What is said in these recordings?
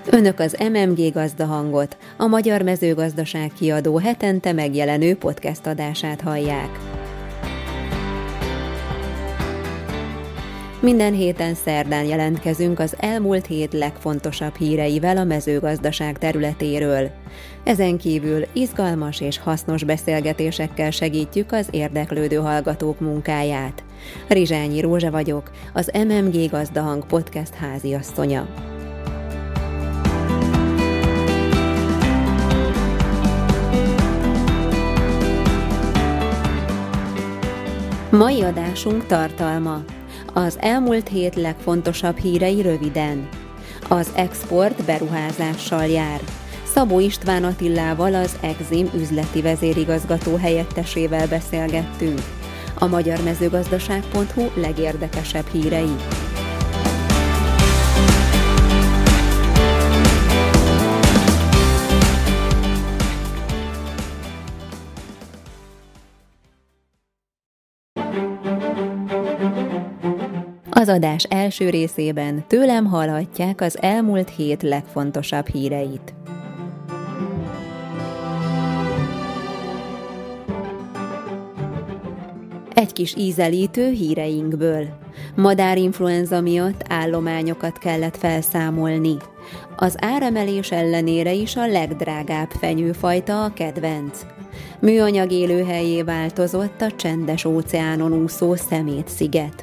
Önök az MMG Gazdahangot, a Magyar Mezőgazdaság Kiadó hetente megjelenő podcast adását hallják. Minden héten szerdán jelentkezünk az elmúlt hét legfontosabb híreivel a mezőgazdaság területéről. Ezen kívül izgalmas és hasznos beszélgetésekkel segítjük az érdeklődő hallgatók munkáját. Rizsányi Rózsa vagyok, az MMG Gazdahang podcast háziasszonya. Mai adásunk tartalma: az elmúlt hét legfontosabb hírei röviden. Az export beruházással jár. Szabó István Attilával, az EXIM üzleti vezérigazgató helyettesével beszélgettünk. A magyarmezőgazdaság.hu legérdekesebb hírei. Az adás első részében tőlem hallhatják az elmúlt hét legfontosabb híreit. Egy kis ízelítő híreinkből. Madárinfluenza miatt állományokat kellett felszámolni. Az áremelés ellenére is a legdrágább fenyőfajta a kedvenc. Műanyag élőhellyé változott a csendes óceánon úszó Szemét-sziget.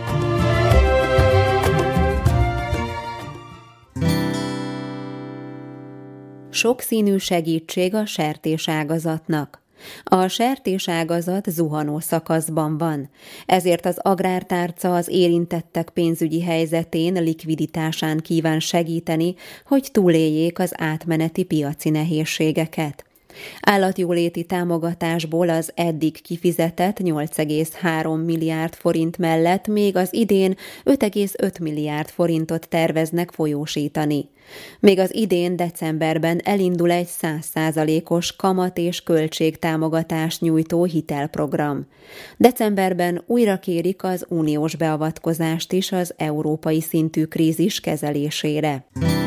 Sokszínű segítség a sertéságazatnak. A sertéságazat zuhanó szakaszban van, ezért az Agrártárca az érintettek pénzügyi helyzetén, likviditásán kíván segíteni, hogy túléljék az átmeneti piaci nehézségeket. Állatjóléti támogatásból az eddig kifizetett 8,3 milliárd forint mellett még az idén 5,5 milliárd forintot terveznek folyósítani. Még az idén decemberben elindul egy 100%-os kamat- és költségtámogatást nyújtó hitelprogram. Decemberben újra kérik az uniós beavatkozást is az európai szintű krízis kezelésére.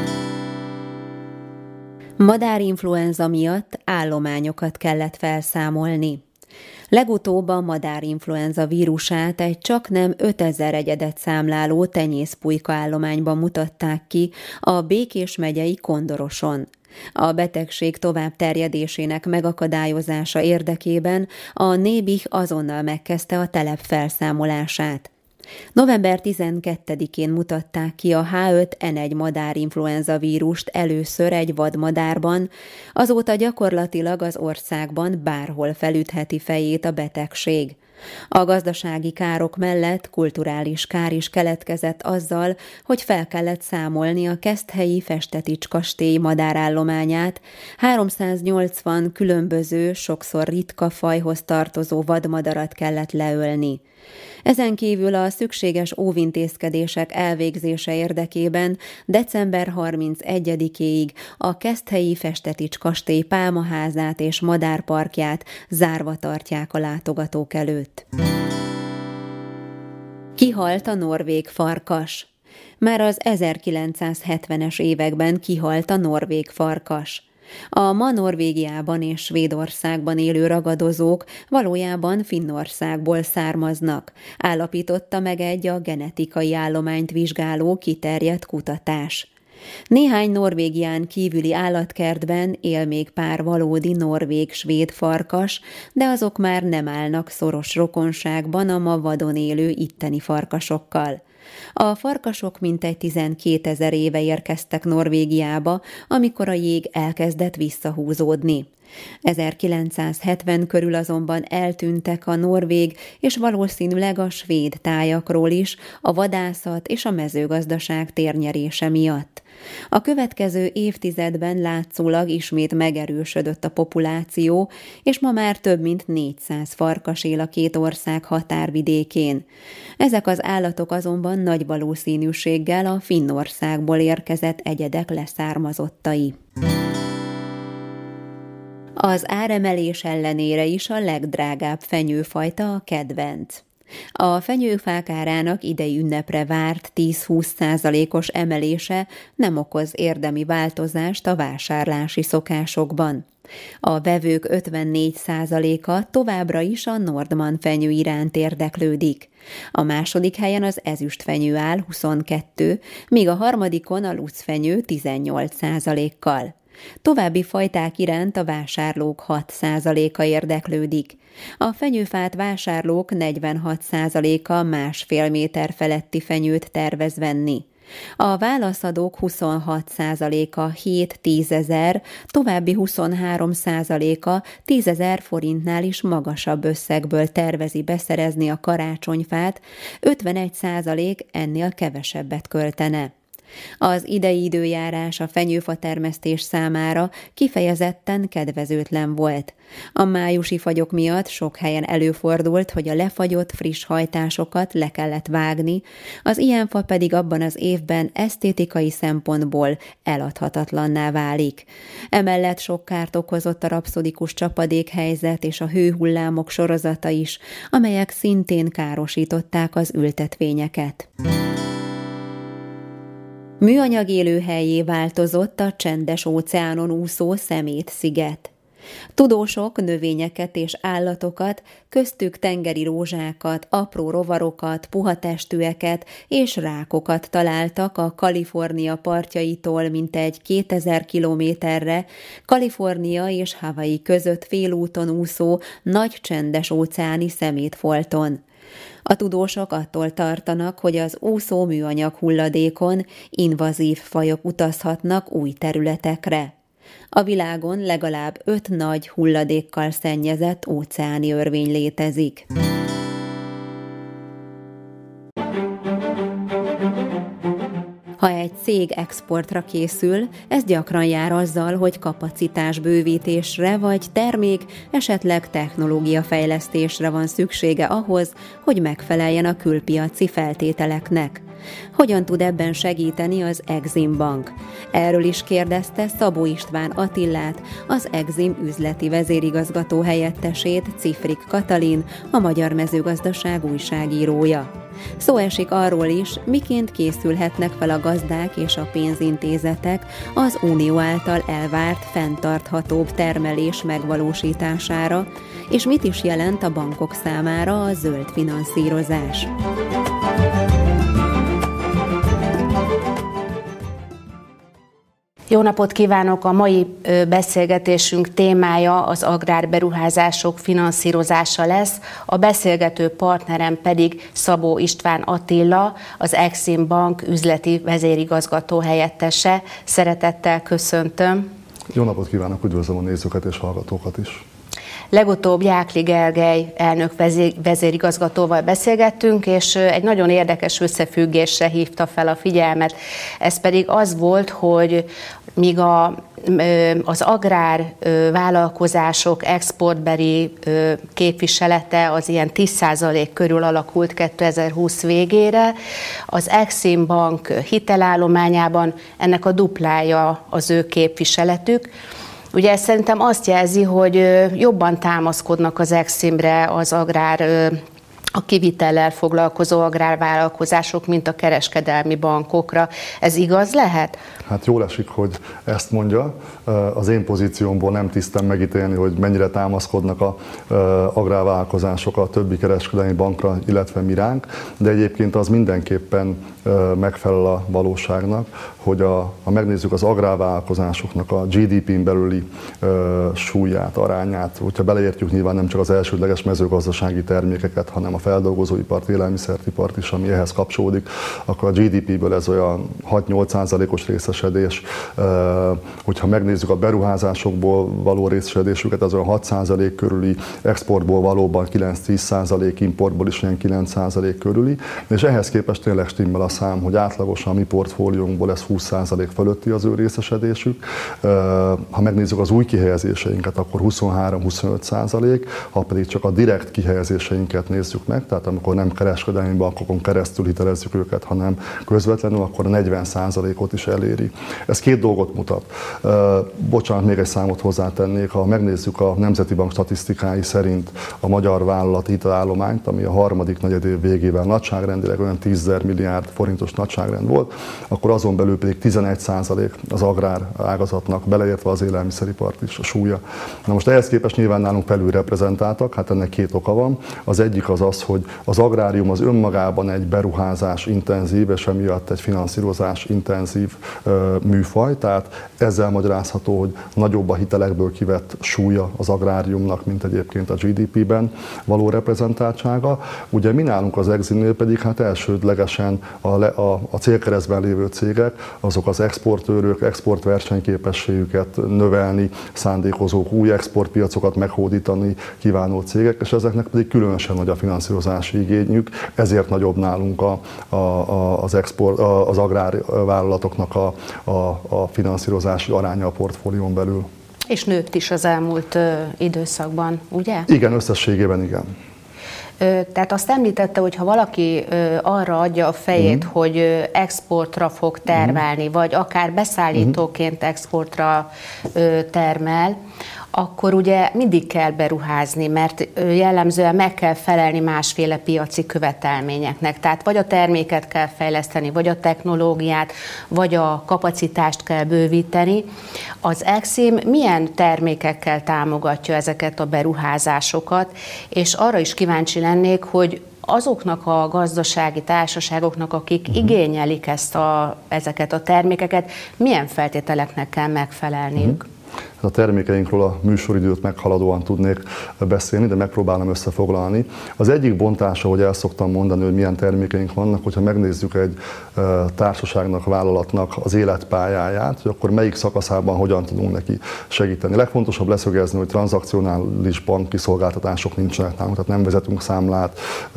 Madárinfluenza miatt állományokat kellett felszámolni. Legutóbb a madárinfluenza vírusát egy csaknem 5000 egyedet számláló tenyészpulyka állományban mutatták ki a Békés megyei Kondoroson. A betegség tovább terjedésének megakadályozása érdekében a Nébih azonnal megkezdte a telep felszámolását. November 12-én mutatták ki a H5N1 madárinfluenza vírust először egy vadmadárban, azóta gyakorlatilag az országban bárhol felütheti fejét a betegség. A gazdasági károk mellett kulturális kár is keletkezett azzal, hogy fel kellett számolni a keszthelyi Festetics kastély madárállományát, 380 különböző, sokszor ritka fajhoz tartozó vadmadarat kellett leölni. Ezen kívül a szükséges óvintézkedések elvégzése érdekében december 31-éig a keszthelyi Festetics kastély pálmaházát és madárparkját zárva tartják a látogatók előtt. Kihalt a norvég farkas. Már az 1970-es években kihalt a norvég farkas. A ma Norvégiában és Svédországban élő ragadozók valójában Finnországból származnak, állapította meg egy a genetikai állományt vizsgáló kiterjedt kutatás. Néhány Norvégián kívüli állatkertben él még pár valódi norvég-svéd farkas, de azok már nem állnak szoros rokonságban a ma vadon élő itteni farkasokkal. A farkasok mintegy 12 000 éve érkeztek Norvégiába, amikor a jég elkezdett visszahúzódni. 1970 körül azonban eltűntek a norvég és valószínűleg a svéd tájakról is a vadászat és a mezőgazdaság térnyerése miatt. A következő évtizedben látszólag ismét megerősödött a populáció, és ma már több mint 400 farkas él a két ország határvidékén. Ezek az állatok azonban nagy valószínűséggel a Finnországból érkezett egyedek leszármazottai. Az áremelés ellenére is a legdrágább fenyőfajta a kedvenc. A fenyőfák árának idei ünnepre várt 10-20%-os emelése nem okoz érdemi változást a vásárlási szokásokban. A vevők 54%-a továbbra is a Nordmann fenyő iránt érdeklődik. A második helyen az ezüstfenyő áll 22, míg a harmadikon a lucfenyő 18%-kal. További fajták iránt a vásárlók 6%-a érdeklődik. A fenyőfát vásárlók 46%-a 1,5 méter feletti fenyőt tervez venni. A válaszadók 26%-a 7-10 ezer, további 23%-a 10 000 forintnál is magasabb összegből tervezi beszerezni a karácsonyfát, 51% ennél kevesebbet költene. Az idei időjárás a fenyőfa termesztés számára kifejezetten kedvezőtlen volt. A májusi fagyok miatt sok helyen előfordult, hogy a lefagyott friss hajtásokat le kellett vágni, az ilyen fa pedig abban az évben esztétikai szempontból eladhatatlanná válik. Emellett sok kárt okozott a rapszodikus csapadékhelyzet és a hőhullámok sorozata is, amelyek szintén károsították az ültetvényeket. Műanyag élőhellyé változott a Csendes-óceánon úszó Szemét-sziget. Tudósok növényeket és állatokat, köztük tengeri rózsákat, apró rovarokat, puhatestűeket és rákokat találtak a Kalifornia partjaitól mintegy 2000 kilométerre, Kalifornia és Hawaii között félúton úszó nagy csendes-óceáni szemétfolton. A tudósok attól tartanak, hogy az úszó műanyag hulladékon invazív fajok utazhatnak új területekre. A világon legalább 5 nagy hulladékkal szennyezett óceáni örvény létezik. Ha egy cég exportra készül, ez gyakran jár azzal, hogy kapacitásbővítésre vagy termék, esetleg technológiafejlesztésre van szüksége ahhoz, hogy megfeleljen a külpiaci feltételeknek. Hogyan tud ebben segíteni az Exim Bank? Erről is kérdezte Szabó István Attillát, az Exim üzleti vezérigazgató helyettesét, Cifrik Katalin, a Magyar Mezőgazdaság újságírója. Szó esik arról is, miként készülhetnek fel a gazdák és a pénzintézetek az Unió által elvárt fenntarthatóbb termelés megvalósítására, és mit is jelent a bankok számára a zöld finanszírozás. Jó napot kívánok! A mai beszélgetésünk témája az agrárberuházások finanszírozása lesz, a beszélgető partnerem pedig Szabó István Attila, az Exim Bank üzleti vezérigazgató helyettese. Szeretettel köszöntöm! Jó napot kívánok! Üdvözlöm a nézőket és hallgatókat is! Legutóbb Jákli Gergely elnök vezérigazgatóval beszélgettünk, és egy nagyon érdekes összefüggésre hívta fel a figyelmet. Ez pedig az volt, hogy míg az agrárvállalkozások exportbeli képviselete az ilyen 10% körül alakult 2020 végére, az Exim Bank hitelállományában ennek a duplája az ő képviseletük. Ugye ez szerintem azt jelzi, hogy jobban támaszkodnak az Eximre a kivitellel foglalkozó agrárvállalkozások, mint a kereskedelmi bankokra. Ez igaz lehet? Hát jól esik, hogy ezt mondja. Az én pozíciómból nem tisztem megítélni, hogy mennyire támaszkodnak az agrárvállalkozások a többi kereskedelmi bankra, illetve mi ránk, de egyébként az mindenképpen megfelel a valóságnak, hogy ha megnézzük az agrárvállalkozásoknak a GDP-n belüli súlyát, arányát, hogyha beleértjük nyilván nem csak az elsődleges mezőgazdasági termékeket, hanem a feldolgozóipart, élelmiszeripart is, ami ehhez kapcsolódik, akkor a GDP-ből ez olyan 6-8%-os részesedés. Hogyha megnézzük a beruházásokból való részesedésüket, az olyan 6% körüli, exportból valóban 9-10%, importból is olyan 9% körüli, és ehhez képest tényleg stimmel a szám, hogy átlagosan a mi portfóliónkból ez 20% fölötti az ő részesedésük. Ha megnézzük az új kihelyezéseinket, akkor 23-25%, ha pedig csak a direkt kihelyezéseinket nézzük meg, meg, tehát amikor nem kereskedelmi bankokon keresztül hitelezzük őket, hanem közvetlenül, akkor a 40%-ot is eléri. Ez két dolgot mutat. Bocsánat, még egy számot hozzátennék, ha megnézzük a Nemzeti Bank statisztikái szerint a magyar vállalati hitelállományt, ami a harmadik negyedév végével nagyságrendileg olyan 10 000 milliárd forintos nagyságrend volt, akkor azon belül pedig 11% az agrár ágazatnak, beleértve az élelmiszeripart is a súlya. Na most ehhez képest nyilván nálunk felülreprezentáltak, hát ennek két oka van. Az egyik az, hogy az agrárium az önmagában egy beruházás intenzív, és emiatt egy finanszírozás intenzív műfaj, tehát ezzel magyarázható, hogy nagyobb a hitelekből kivett súlya az agráriumnak, mint egyébként a GDP-ben való reprezentáltsága. Ugye mi nálunk az Eximnél pedig hát elsődlegesen a célkeresztben lévő cégek, azok az exportőrök, exportversenyképességüket növelni szándékozók, új exportpiacokat meghódítani kívánó cégek, és ezeknek pedig különösen nagy a finanszírozási igényük, ezért nagyobb nálunk az agrárvállalatoknak a finanszírozási aránya a portfólión belül. És nőtt is az elmúlt időszakban, ugye? Igen, összességében igen. Tehát azt említette, hogy ha valaki arra adja a fejét, hogy exportra fog termelni, vagy akár beszállítóként exportra termel, akkor ugye mindig kell beruházni, mert jellemzően meg kell felelni másféle piaci követelményeknek. Tehát vagy a terméket kell fejleszteni, vagy a technológiát, vagy a kapacitást kell bővíteni. Az Exim milyen termékekkel támogatja ezeket a beruházásokat, és arra is kíváncsi lennék, hogy azoknak a gazdasági társaságoknak, akik igényelik ezeket a termékeket, milyen feltételeknek kell megfelelniük? A termékeinkről a műsoridőt meghaladóan tudnék beszélni, de megpróbálom összefoglalni. Az egyik bontása, hogy el szoktam mondani, hogy milyen termékeink vannak, hogyha megnézzük egy társaságnak, vállalatnak az életpályáját, hogy akkor melyik szakaszában hogyan tudunk neki segíteni. Legfontosabb leszögezni, hogy tranzakcionális banki szolgáltatások nincsenek nálunk, tehát nem vezetünk számlát,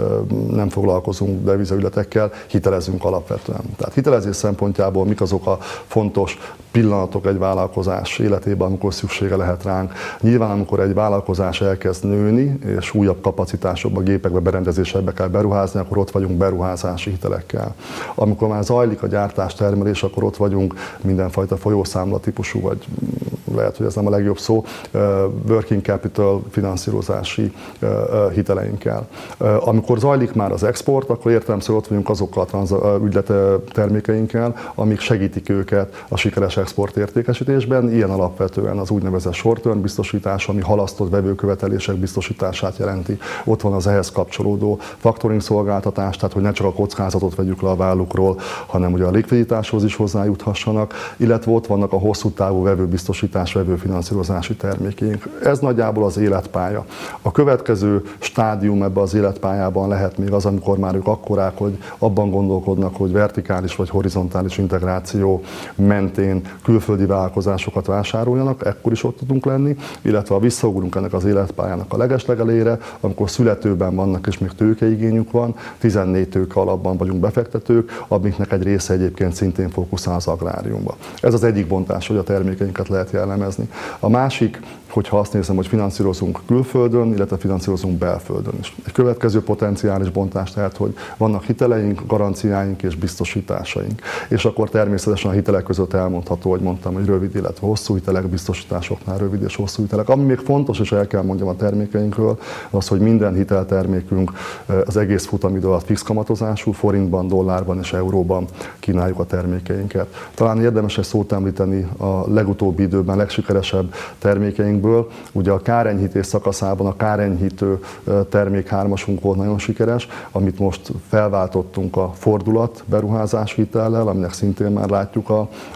nem foglalkozunk devizaügyletekkel, hitelezünk alapvetően. Tehát hitelezés szempontjából mik azok a fontos pillanatok egy vállalkozás életében, amikor szüksége lehet ránk. Nyilván, amikor egy vállalkozás elkezd nőni, és újabb kapacitásokba, gépekbe, berendezésekbe kell beruházni, akkor ott vagyunk beruházási hitelekkel. Amikor már zajlik a gyártás, termelés, akkor ott vagyunk mindenfajta folyószámla típusú, vagy lehet, hogy ez nem a legjobb szó, working capital finanszírozási hiteleinkkel. Amikor zajlik már az export, akkor értelemszerűen ott vagyunk azokkal a ügylettermékeinkkel, amik segítik őket a sikeres exportértékesítésben, ilyen alapvetően az úgynevezett short-term biztosítás, ami halasztott vevőkövetelések biztosítását jelenti. Ott van az ehhez kapcsolódó factoring szolgáltatás, tehát hogy ne csak a kockázatot vegyük le a vállukról, hanem ugye a likviditáshoz is hozzájuthassanak, illetve ott vannak a hosszú távú vevőbiztosítás, vevőfinanszírozási termékeink. Ez nagyjából az életpálya. A következő stádium ebben az életpályában lehet még az, amikor már ők akkorák, hogy abban gondolkodnak, hogy vertikális vagy horizontális integráció mentén külföldi vállalkozásokat vásároljanak, ekkor is ott tudunk lenni, illetve ha visszaugrunk ennek az életpályának a legeslegelére, amikor születőben vannak és még tőkeigényük van, 14 tőke alapban vagyunk befektetők, amiknek egy része egyébként szintén fókuszál az agráriumba. Ez az egyik bontás, hogy a termékeinket lehet jellemezni. A másik, hogyha azt nézem, hogy finanszírozunk külföldön, illetve finanszírozunk belföldön is. Egy következő potenciális bontás tehát, hogy vannak hiteleink, garanciáink és biztosításaink. És akkor természetesen a hitelek között elmondható, hogy mondtam, hogy rövid, illetve hosszú hitelek, biztosításoknál rövid és hosszú hitelek. Ami még fontos, és el kell mondjam a termékeinkről, az, hogy minden hiteltermékünk az egész futamidő alatt fix kamatozású, forintban, dollárban és euróban kínáljuk a termékeinket. Talán érdemes egy szót említeni a legutóbbi időben legsikeresebb termékeinkből. Ugye a kárenyhítés szakaszában a kárenyhítő termék 3-asunk volt nagyon sikeres, amit most felváltottunk a fordulat beruházási hitellel, aminek szintén már látjuk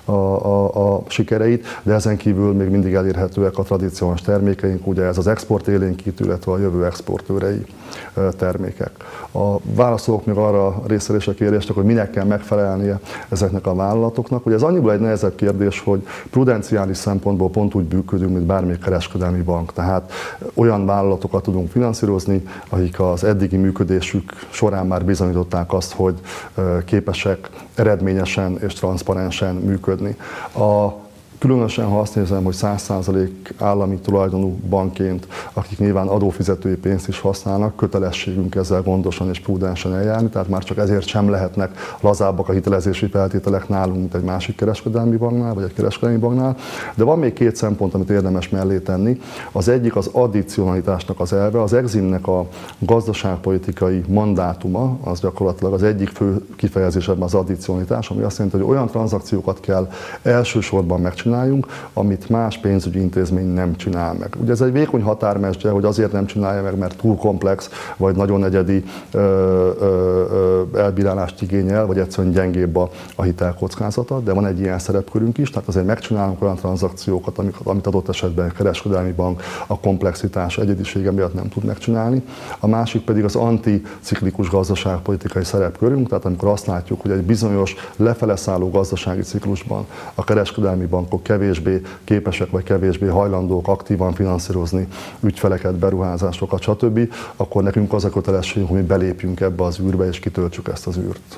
a sikereit, de ezen kívül még mindig elérhetőek a tradíciós termékeink, ugye ez az exportélénkítő, illetve a jövő exportőrei termékek. Válaszolok még arra a részre a kérdésnek, hogy minek kell megfelelnie ezeknek a vállalatoknak. Ugye ez annyiból egy nehezebb kérdés, hogy prudenciális szempontból pont úgy működünk, mint bármelyik kereskedelmi bank. Tehát olyan vállalatokat tudunk finanszírozni, akik az eddigi működésük során már bizonyították azt, hogy képesek eredményesen és transzparensen működni. A Különösen, ha azt nézem, hogy 100% állami tulajdonú bankként, akik nyilván adófizetői pénzt is használnak, kötelességünk ezzel gondosan és prudensen eljárni, tehát már csak ezért sem lehetnek lazábbak a hitelezési feltételek nálunk, mint egy másik kereskedelmi banknál, vagy egy kereskedelmi banknál. De van még két szempont, amit érdemes mellé tenni. Az egyik az addicionalitásnak az elve, az EXIM-nek a gazdaságpolitikai mandátuma, az gyakorlatilag az egyik fő kifejezés ebben az addicionalitás, ami azt jelenti, hogy olyan tranzakciókat kell elsősorban megcsináljunk, amit más pénzügyi intézmény nem csinál meg. Ugye ez egy vékony határmesdje, hogy azért nem csinálja meg, mert túl komplex, vagy nagyon egyedi elbírálást igényel, vagy egyszerűen gyengébb a hitelkockázata, de van egy ilyen szerepkörünk is, tehát azért megcsinálunk olyan tranzakciókat, amit adott esetben a kereskedelmi bank a komplexitás egyedisége miatt nem tud megcsinálni. A másik pedig az anticiklikus gazdaságpolitikai szerepkörünk, tehát amikor azt látjuk, hogy egy bizonyos lefele szálló gazdasági ciklusban a kereskedelmi bankok kevésbé képesek vagy kevésbé hajlandók aktívan finanszírozni ügyfeleket, beruházásokat, stb., akkor nekünk az a kötelességünk, hogy mi belépjünk ebbe az űrbe és kitöltsük ezt az űrt.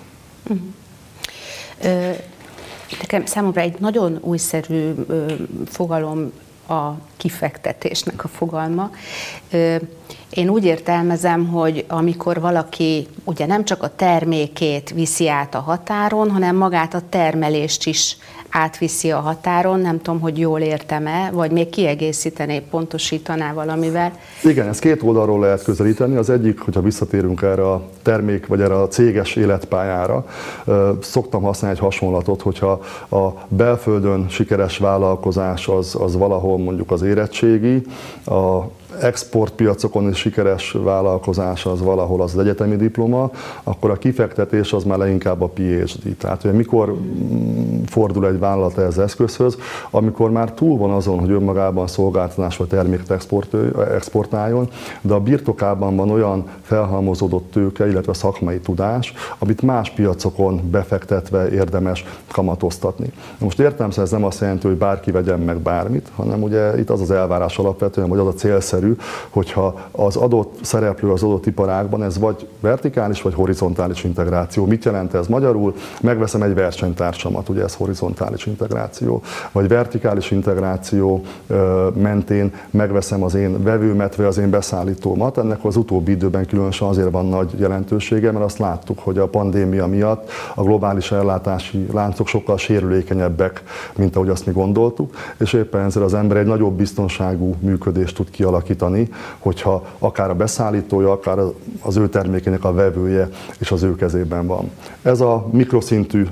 Nekem számomra egy nagyon újszerű fogalom a kifektetésnek a fogalma. Én úgy értelmezem, hogy amikor valaki ugye nem csak a termékét viszi át a határon, hanem magát a termelést is átviszi a határon, nem tudom, hogy jól értem-e, vagy még kiegészítené, pontosítaná valamivel. Igen, ezt két oldalról lehet közelíteni. Az egyik, hogyha visszatérünk erre a termék, vagy erre a céges életpályára, szoktam használni egy hasonlatot, hogyha a belföldön sikeres vállalkozás az valahol mondjuk az érettségi, a exportpiacokon is sikeres vállalkozás az valahol az egyetemi diploma, akkor a kifektetés az már leginkább a PhD. Tehát, hogy mikor fordul egy vállalat ez eszközhöz, amikor már túl van azon, hogy önmagában szolgáltatás vagy terméket exportáljon, de a birtokában van olyan felhalmozódott tőke, illetve szakmai tudás, amit más piacokon befektetve érdemes kamatoztatni. Most értelemszerűen ez nem azt jelenti, hogy bárki vegyen meg bármit, hanem ugye itt az az elvárás alapvetően, hogy az a célszerű, hogyha az adott szereplő az adott iparágban, ez vagy vertikális, vagy horizontális integráció. Mit jelent ez magyarul? Megveszem egy versenytársamat, ugye ez horizontális integráció. Vagy vertikális integráció mentén megveszem az én vevőmet, vagy az én beszállítómat. Ennek az utóbbi időben különösen azért van nagy jelentősége, mert azt láttuk, hogy a pandémia miatt a globális ellátási láncok sokkal sérülékenyebbek, mint ahogy azt mi gondoltuk, és éppen ezzel az ember egy nagyobb biztonságú működést tud kialakítani, hogyha akár a beszállítója, akár az ő termékének a vevője és az ő kezében van. Ez a mikroszintű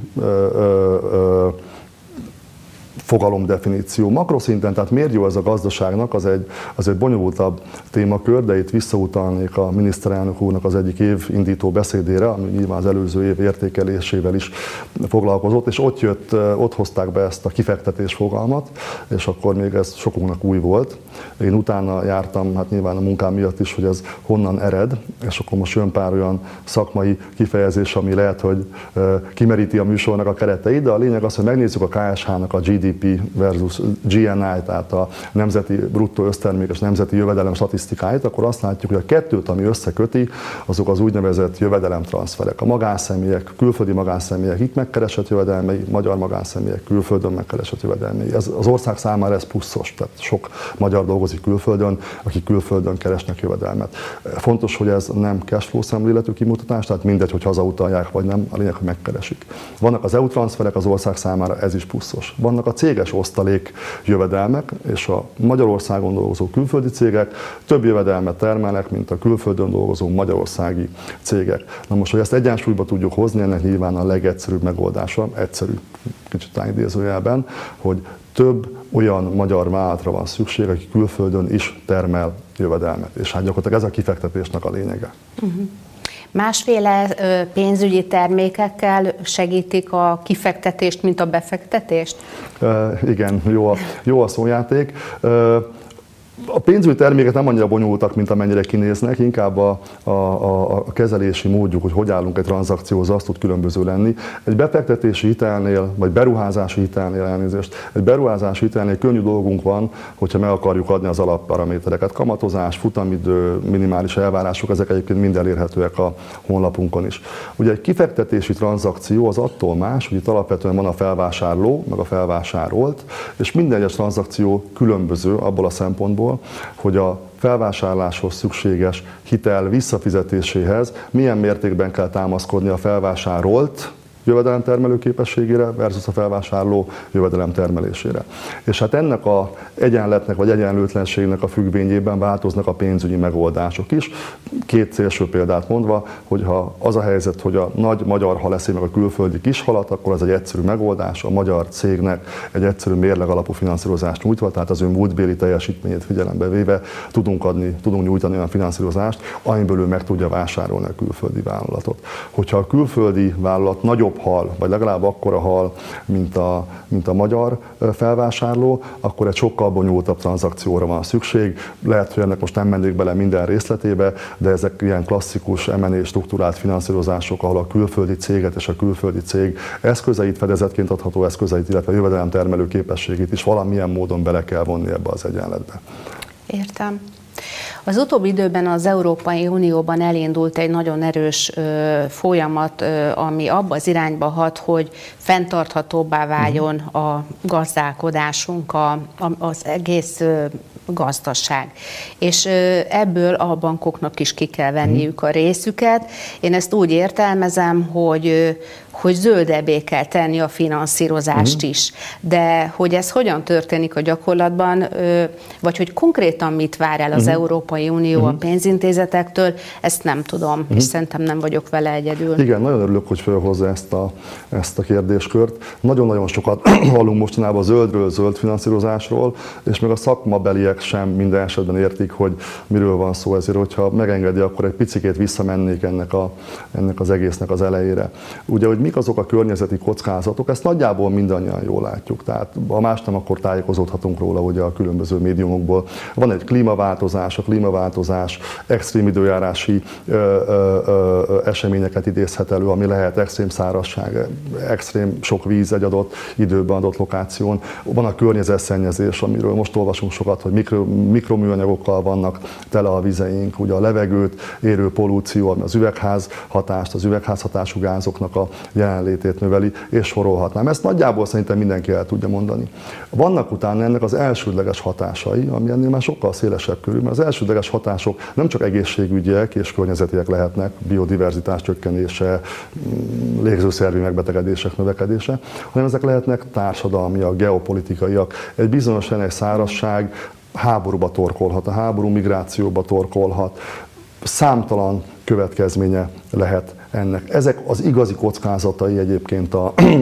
fogalomdefiníció. Makroszinten, tehát miért jó ez a gazdaságnak, az egy bonyolultabb témakör, de itt visszautalnék a miniszterelnök úrnak az egyik évindító beszédére, ami nyilván az előző év értékelésével is foglalkozott, és ott hozták be ezt a kifektetés fogalmat, és akkor még ez sokunknak új volt. Én utána jártam, hát nyilván a munkám miatt is, hogy ez honnan ered, és akkor most jön pár olyan szakmai kifejezés, ami lehet, hogy kimeríti a műsornak a kereteit, de a lényeg az, hogy megnézzük a KSH-nak a GDP versus GNI, tehát a nemzeti bruttó össztermék és nemzeti jövedelem statisztikáit, akkor azt látjuk, hogy a kettőt, ami összeköti, azok az úgynevezett jövedelemtranszferek. A magánszemélyek, külföldi magánszemélyek itt megkeresett jövedelmei, magyar magánszemélyek külföldön megkeresett jövedelmei. Ez az ország számára ez pluszos, tehát sok magyar dolgozik külföldön, akik külföldön keresnek jövedelmet. Fontos, hogy ez nem cashflow szemléletű kimutatás, tehát mindegy, hogy hazautalják vagy nem, a lényeg, hogy megkeresik. Vannak az EU transzferek az ország számára, ez is pluszos. Vannak a céges osztalék jövedelmek, és a Magyarországon dolgozó külföldi cégek több jövedelmet termelnek, mint a külföldön dolgozó magyarországi cégek. Na most, hogy ezt egyensúlyba tudjuk hozni, ennek nyilván a legegyszerűbb megoldása, egyszerű, kicsit idézőjelben, hogy több olyan magyar vállalatra van szükség, aki külföldön is termel jövedelmet. És hát gyakorlatilag ez a kifektetésnek a lényege. Másféle pénzügyi termékekkel segítik a kifektetést, mint a befektetést? Igen, jó a szójáték. A pénzügyi termékek nem annyira bonyolultak, mint amennyire kinéznek, inkább a kezelési módjuk, hogy állunk egy tranzakcióhoz, az tud különböző lenni. Egy befektetési hitelnél, vagy beruházási hitelnél elnézést, egy beruházási hitelnél könnyű dolgunk van, hogyha meg akarjuk adni az alapparamétereket. Kamatozás, futamidő, minimális elvárások, ezek egyébként mind elérhetőek a honlapunkon is. Ugye egy kifektetési tranzakció az attól más, hogy itt alapvetően van a felvásárló, meg a felvásárolt, és minden egyes tranzakció különböző abból a szempontból, hogy a felvásárláshoz szükséges hitel visszafizetéséhez milyen mértékben kell támaszkodni a felvásárolt jövedelemtermelő képességére versus a felvásárló jövedelemtermelésére. És hát ennek az egyenletnek vagy egyenlőtlenségnek a függvényében változnak a pénzügyi megoldások is. Két szélső példát mondva, hogyha az a helyzet, hogy a nagy magyar hal eszi meg a külföldi kishalat, akkor ez egy egyszerű megoldás, a magyar cégnek egy egyszerű mérleg alapú finanszírozást nyújtva, tehát az ő múltbéli teljesítményét figyelembe véve tudunk nyújtani olyan finanszírozást, amiből ő meg tudja vásárolni a külföldi vállalatot. Hogyha a külföldi vállalat nagyobb hal, vagy legalább akkora hal, mint a magyar felvásárló, akkor egy sokkal bonyolultabb tranzakcióra van szükség. Lehet, hogy ennek most nem mennék bele minden részletébe, de ezek ilyen klasszikus M&A struktúrált finanszírozások, ahol a külföldi céget és a külföldi cég eszközeit, fedezetként adható eszközeit, illetve jövedelemtermelő képességét is valamilyen módon bele kell vonni ebbe az egyenletbe. Értem. Az utóbbi időben az Európai Unióban elindult egy nagyon erős folyamat, ami abba az irányba hat, hogy fenntarthatóbbá váljon a gazdálkodásunk, az egész gazdaság. És ebből a bankoknak is ki kell venniük a részüket. Én ezt úgy értelmezem, hogy zöldebbé kell tenni a finanszírozást is. De hogy ez hogyan történik a gyakorlatban, vagy hogy konkrétan mit vár el az Európai Unió a pénzintézetektől, ezt nem tudom, és szerintem nem vagyok vele egyedül. Igen, nagyon örülök, hogy felhozza ezt a kérdéskört. Nagyon-nagyon sokat hallunk mostanában a zöldről, zöld finanszírozásról, és még a szakmabeliek sem minden esetben értik, hogy miről van szó, ezért, hogyha megengedi, akkor egy picikét visszamennék ennek az egésznek az elejére. Ugye, hogy mik azok a környezeti kockázatok, ezt nagyjából mindannyian jól látjuk. Tehát ha más nem, akkor tájékozódhatunk róla ugye a különböző médiumokból. Van egy klímaváltozás, a klímaváltozás extrém időjárási eseményeket idézhet elő, ami lehet extrém szárazság, extrém sok víz egy adott időben, adott lokáción. Van a környezetszennyezés, amiről most olvasunk sokat, hogy mikroműanyagokkal vannak tele a vizeink, ugye a levegőt érő pollució, ami az üvegházhatást, az üvegházhatású gázoknak a jelenlétét növeli, és sorolhatnám. Ezt nagyjából szerintem mindenki el tudja mondani. Vannak utána ennek az elsődleges hatásai, ami ennél már sokkal szélesebb körül, mert az elsődleges hatások nem csak egészségügyiek és környezetiek lehetnek, biodiverzitás csökkenése, légzőszervi megbetegedések növekedése, hanem ezek lehetnek társadalmiak, geopolitikaiak. Egy bizonyos helyen egy szárazság háborúba torkolhat, a háború migrációba torkolhat, számtalan következménye lehet ennek. Ezek az igazi kockázatai egyébként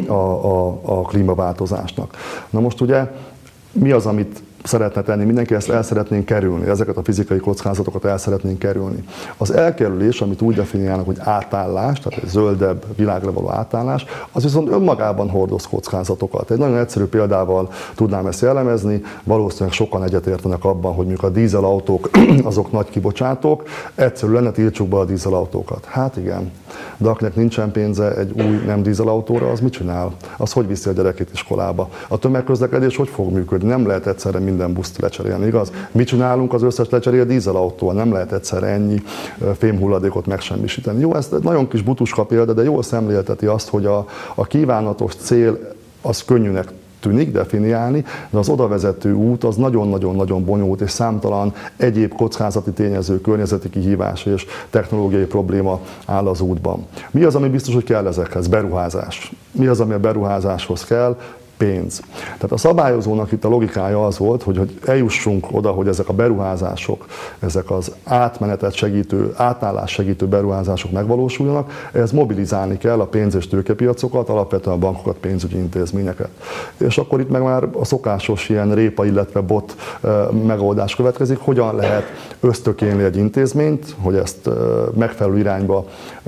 a klímaváltozásnak. Na most ugye mi az, amit szeretne tenni? Mindenki ezt el szeretnénk kerülni, ezeket a fizikai kockázatokat el szeretnénk kerülni. Az elkerülés, amit úgy definiálnak, hogy átállás, tehát egy zöldebb világra való átállás, az viszont önmagában hordoz kockázatokat. Egy nagyon egyszerű példával tudnám ezt jellemezni, valószínűleg sokan egyetértenek abban, hogy mondjuk a dízelautók azok nagy kibocsátók, egyszerű lenne, tiltsuk be a dízelautókat. Hát igen, de akinek nincsen pénze egy új nem dízelautóra, az mit csinál? Az hogy viszi a gyerekét iskolába? A tömegközlekedés hogy fog működni? Nem lehet egyszerre minden buszt lecserélni, igaz? Mit csinálunk az összes lecserél dízelautóval? Nem lehet egyszerre ennyi fémhulladékot megsemmisíteni. Jó, ez egy nagyon kis butuska példa, de jól szemlélteti azt, hogy a kívánatos cél az könnyűnek tűnik definiálni, de az odavezető út az nagyon-nagyon-nagyon bonyolult, és számtalan egyéb kockázati tényező, környezeti kihívás és technológiai probléma áll az útban. Mi az, ami biztos, hogy kell ezekhez? Beruházás. Mi az, ami a beruházáshoz kell? Pénz. Tehát a szabályozónak itt a logikája az volt, hogy eljussunk oda, hogy ezek a beruházások, ezek az átmenetet segítő, átállás segítő beruházások megvalósuljanak, ehhez mobilizálni kell a pénz- és tőkepiacokat, alapvetően a bankokat, pénzügyi intézményeket. És akkor itt meg már a szokásos ilyen répa, illetve bot megoldás következik, hogyan lehet ösztökélni egy intézményt, hogy ezt megfelelő irányba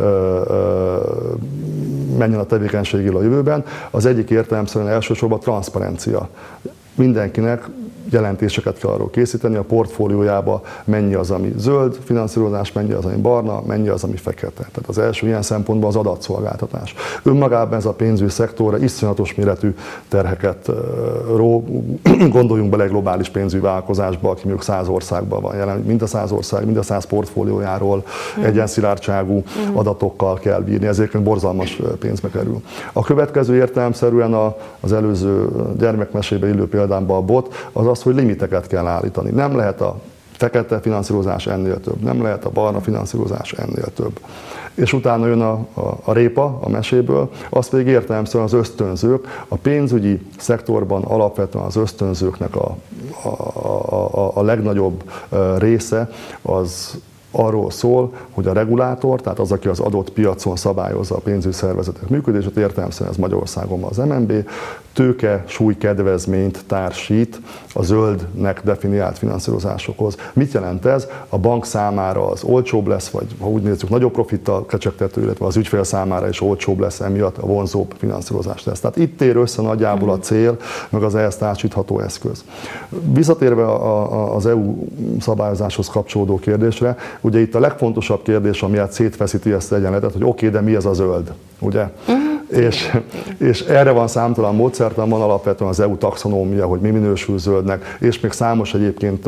menjen a tevékenységével a jövőben. Az egyik értelemszerűen elsősorban transzparencia. Mindenkinek jelentéseket kell arról készíteni, a portfóliójába mennyi az, ami zöld finanszírozás, mennyi az, ami barna, mennyi az, ami fekete. Tehát az első ilyen szempontból az adatszolgáltatás. Önmagában ez a pénzügyi szektorra iszonyatos méretű terheket gondoljunk bele egy globális pénzügyi vállalkozásba, aki mondjuk 100 országban van jelen, mind a 100 ország, mind a 100 portfóliójáról egyenszilártságú adatokkal kell bírni, ezért borzalmas pénzbe kerül. A következő értelemszerűen az előző gyermekmesébe illő példámban a bot, az, hogy limiteket kell állítani. Nem lehet a fekete finanszírozás ennél több, nem lehet a barna finanszírozás ennél több. És utána jön a répa a meséből, az pedig értelemszerűen az ösztönzők. A pénzügyi szektorban alapvetően az ösztönzőknek a legnagyobb része az arról szól, hogy a regulátor, tehát az, aki az adott piacon szabályozza a pénzügyi szervezetek működését, értelemszerűen ez Magyarországon az MNB, tőke súly kedvezményt társít a zöldnek definiált finanszírozásokhoz. Mit jelent ez? A bank számára az olcsóbb lesz, vagy ha úgy nézzük, nagyobb profittal kecsegtető, illetve az ügyfél számára is olcsóbb lesz, emiatt a vonzóbb finanszírozás lesz. Tehát itt tér össze nagyjából a cél, meg az ehhez társítható eszköz. Visszatérve az EU szabályozáshoz kapcsolódó kérdésre, ugye itt a legfontosabb kérdés, ami szétfeszíti ezt az egyenletet, hogy oké, de mi ez a zöld, ugye? És erre van számtalan módszertan, van alapvetően az EU taxonómia, hogy mi minősül zöldnek, és még számos egyébként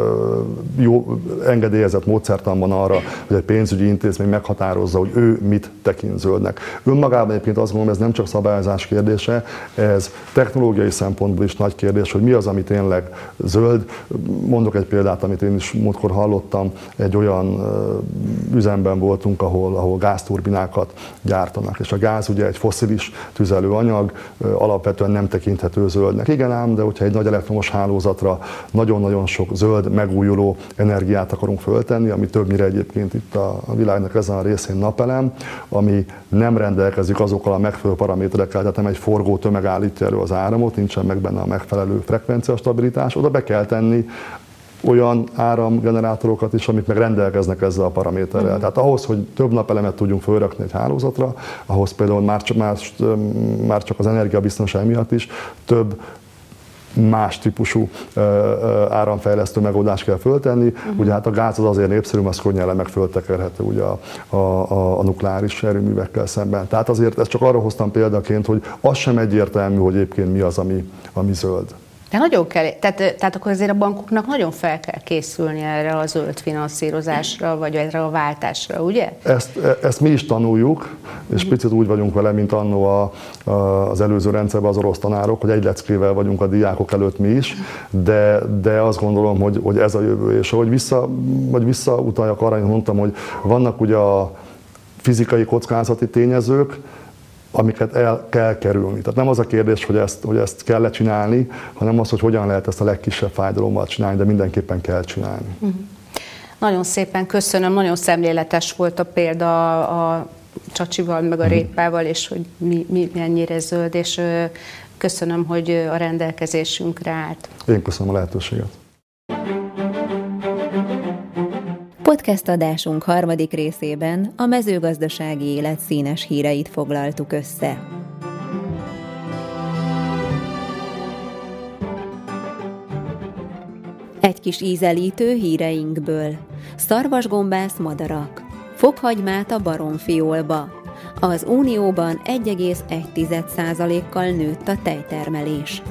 jó engedélyezett módszertan van arra, hogy egy pénzügyi intézmény meghatározza, hogy ő mit tekint zöldnek. Önmagában egyébként azt gondolom, ez nem csak szabályozás kérdése, ez technológiai szempontból is nagy kérdés, hogy mi az, ami tényleg zöld. Mondok egy példát, amit én is múltkor hallottam, egy olyan üzemben voltunk, ahol gázturbinákat gyártanak, és a gáz ugye egy fosszilis tüzelőanyag, alapvetően nem tekinthető zöldnek. Igen ám, de hogyha egy nagy elektromos hálózatra nagyon-nagyon sok zöld, megújuló energiát akarunk föltenni, ami többnyire egyébként itt a világnak ezen a részén napelem, ami nem rendelkezik azokkal a megfelelő paraméterekkel, tehát nem egy forgó tömeg állítja elő az áramot, nincsen meg benne a megfelelő frekvenciastabilitás, oda be kell tenni olyan áramgenerátorokat is, amik meg rendelkeznek ezzel a paraméterrel. Tehát ahhoz, hogy több napelemet tudjunk fölrakni egy hálózatra, ahhoz például már csak az energiabiztonság miatt is több más típusú áramfejlesztő megoldást kell föltenni. Ugye hát a gáz az azért népszerű, az könnyen meg föltekerhető ugye a nukleáris erőművekkel szemben. Tehát azért ezt csak arra hoztam példaként, hogy az sem egyértelmű, hogy egyébként mi az, ami zöld. De nagyon kell, tehát akkor azért a bankoknak nagyon fel kell készülni erre a zöld finanszírozásra, vagy erre a váltásra, ugye? Ezt mi is tanuljuk, és picit úgy vagyunk vele, mint annó az előző rendszerben az orosz tanárok, hogy egy leckével vagyunk a diákok előtt mi is, de azt gondolom, hogy ez a jövő. És ahogy visszautaljak arra, én mondtam, hogy vannak ugye a fizikai kockázati tényezők, amiket el kell kerülni. Tehát nem az a kérdés, hogy ezt kell csinálni, hanem az, hogy hogyan lehet ezt a legkisebb fájdalommal csinálni, de mindenképpen kell csinálni. Nagyon szépen köszönöm, nagyon szemléletes volt a példa a csacsival, meg a répával, és hogy mi mennyire zöld, és köszönöm, hogy a rendelkezésünkre állt. Én köszönöm a lehetőséget. Podcast adásunk harmadik részében a mezőgazdasági élet színes híreit foglaltuk össze. Egy kis ízelítő híreinkből. Szarvasgombász madarak. Fokhagymát a baromfiolba. Az Unióban 1,1%-kal nőtt a tejtermelés.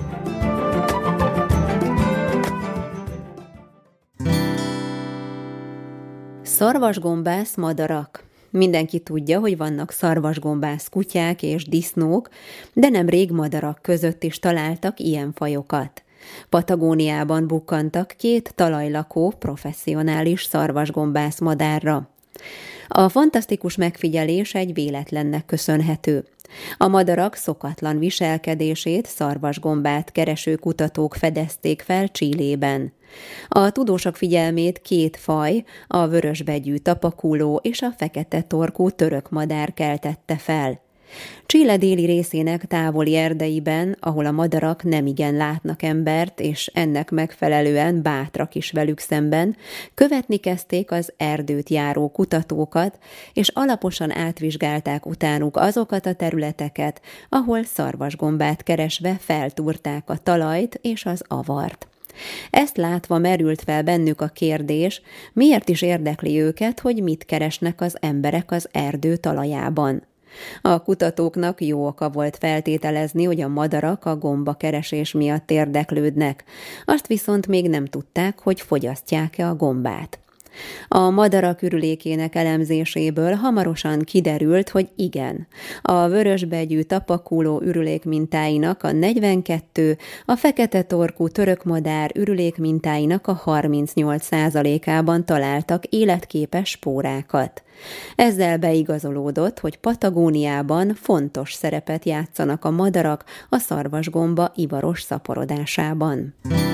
Szarvasgombász madarak. Mindenki tudja, hogy vannak szarvasgombász kutyák és disznók, de nemrég madarak között is találtak ilyen fajokat. Patagóniában bukkantak 2 talajlakó professzionális szarvasgombász madárra. A fantasztikus megfigyelés egy véletlennek köszönhető. A madarak szokatlan viselkedését szarvasgombát kereső kutatók fedezték fel Chilében. A tudósok figyelmét 2 faj, a vörösbegyű tapakuló és a fekete torkú török madár keltette fel. Chile déli részének távoli erdeiben, ahol a madarak nemigen látnak embert, és ennek megfelelően bátrak is velük szemben, követni kezdték az erdőt járó kutatókat, és alaposan átvizsgálták utánuk azokat a területeket, ahol szarvasgombát keresve feltúrták a talajt és az avart. Ezt látva merült fel bennük a kérdés, miért is érdekli őket, hogy mit keresnek az emberek az erdő talajában. A kutatóknak jó oka volt feltételezni, hogy a madarak a gombakeresés miatt érdeklődnek, azt viszont még nem tudták, hogy fogyasztják-e a gombát. A madarak ürülékének elemzéséből hamarosan kiderült, hogy igen, a vörösbegyű tapakuló ürülék mintáinak a 42, a fekete torkú török madár ürülék mintáinak a 38%-ában találtak életképes spórákat. Ezzel beigazolódott, hogy Patagóniában fontos szerepet játszanak a madarak a szarvasgomba ivaros szaporodásában.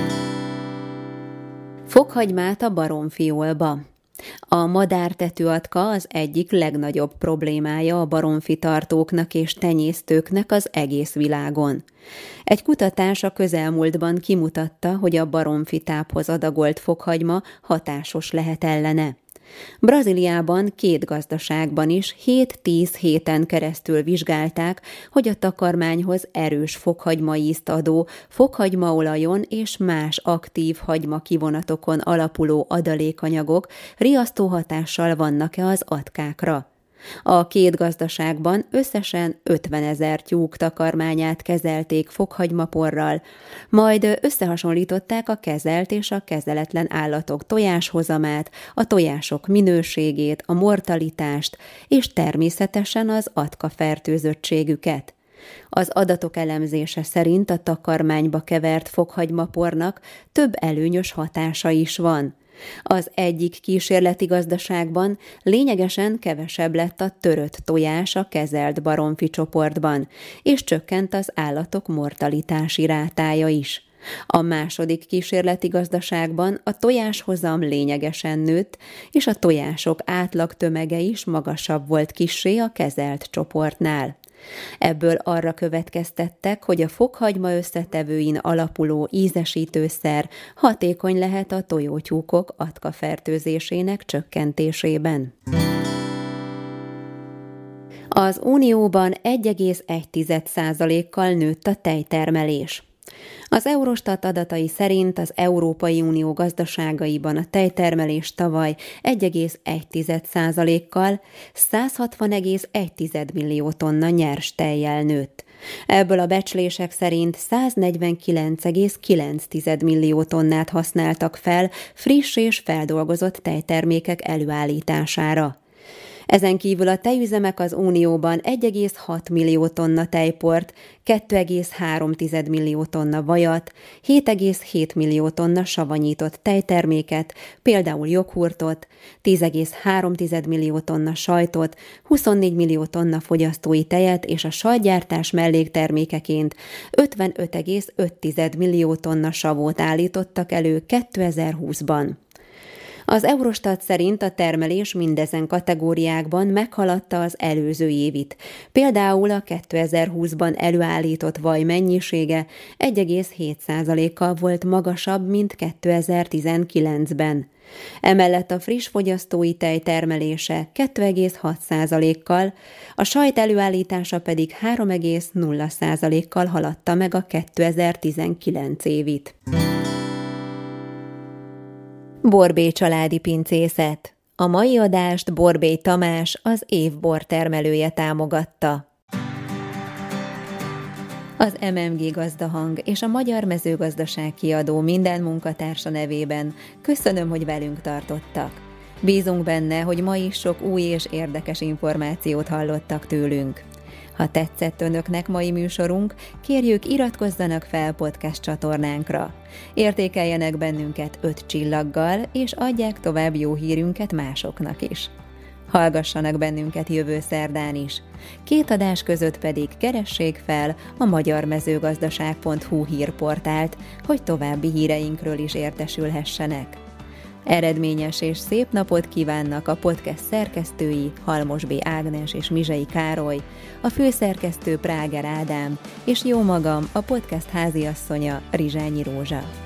Fokhagymát a baromfiolba. A madártetőatka az egyik legnagyobb problémája a baromfitartóknak és tenyésztőknek az egész világon. Egy kutatás a közelmúltban kimutatta, hogy a baromfitáphoz adagolt fokhagyma hatásos lehet ellene. Brazíliában 2 gazdaságban is 7-10 héten keresztül vizsgálták, hogy a takarmányhoz erős fokhagymaízt adó, fokhagymaolajon és más aktív hagymakivonatokon alapuló adalékanyagok riasztó hatással vannak-e az atkákra. A 2 gazdaságban összesen 50 000 tyúk takarmányát kezelték fokhagymaporral, majd összehasonlították a kezelt és a kezeletlen állatok tojáshozamát, a tojások minőségét, a mortalitást és természetesen az atka fertőzöttségüket. Az adatok elemzése szerint a takarmányba kevert fokhagymapornak több előnyös hatása is van. Az egyik kísérleti gazdaságban lényegesen kevesebb lett a törött tojás a kezelt baromfi csoportban, és csökkent az állatok mortalitási rátája is. A második kísérleti gazdaságban a tojáshozam lényegesen nőtt, és a tojások átlag tömege is magasabb volt kissé a kezelt csoportnál. Ebből arra következtettek, hogy a fokhagyma összetevőin alapuló ízesítőszer hatékony lehet a tojótyúkok atkafertőzésének csökkentésében. Az Unióban 1,1%-kal nőtt a tejtermelés. Az Eurostat adatai szerint az Európai Unió gazdaságaiban a tejtermelés tavaly 1,1%-kal 160,1 millió tonna nyers tejjel nőtt. Ebből a becslések szerint 149,9 millió tonnát használtak fel friss és feldolgozott tejtermékek előállítására. Ezen kívül a tejüzemek az Unióban 1,6 millió tonna tejport, 2,3 millió tonna vajat, 7,7 millió tonna savanyított tejterméket, például joghurtot, 10,3 millió tonna sajtot, 24 millió tonna fogyasztói tejet és a sajtgyártás melléktermékeként 55,5 millió tonna savót állítottak elő 2020-ban. Az Eurostat szerint a termelés mindezen kategóriákban meghaladta az előző évit. Például a 2020-ban előállított vaj mennyisége 1,7%-kal volt magasabb, mint 2019-ben. Emellett a friss fogyasztói tej termelése 2,6%-kal, a sajt előállítása pedig 3,0%-kal haladta meg a 2019 évit. Borbély családi pincészet. A mai adást Borbély Tamás, az év bortermelője támogatta. Az MMG Gazdahang és a Magyar Mezőgazdaság Kiadó minden munkatársa nevében köszönöm, hogy velünk tartottak. Bízunk benne, hogy ma is sok új és érdekes információt hallottak tőlünk. Ha tetszett önöknek mai műsorunk, kérjük, iratkozzanak fel podcast csatornánkra. Értékeljenek bennünket 5 csillaggal, és adják tovább jó hírünket másoknak is. Hallgassanak bennünket jövő szerdán is. 2 adás között pedig keressék fel a magyarmezőgazdaság.hu hírportált, hogy további híreinkről is értesülhessenek. Eredményes és szép napot kívánnak a podcast szerkesztői Halmos B. Ágnes és Mizsei Károly, a főszerkesztő Práger Ádám, és jó magam, a podcast háziasszonya Rizsányi Rózsa.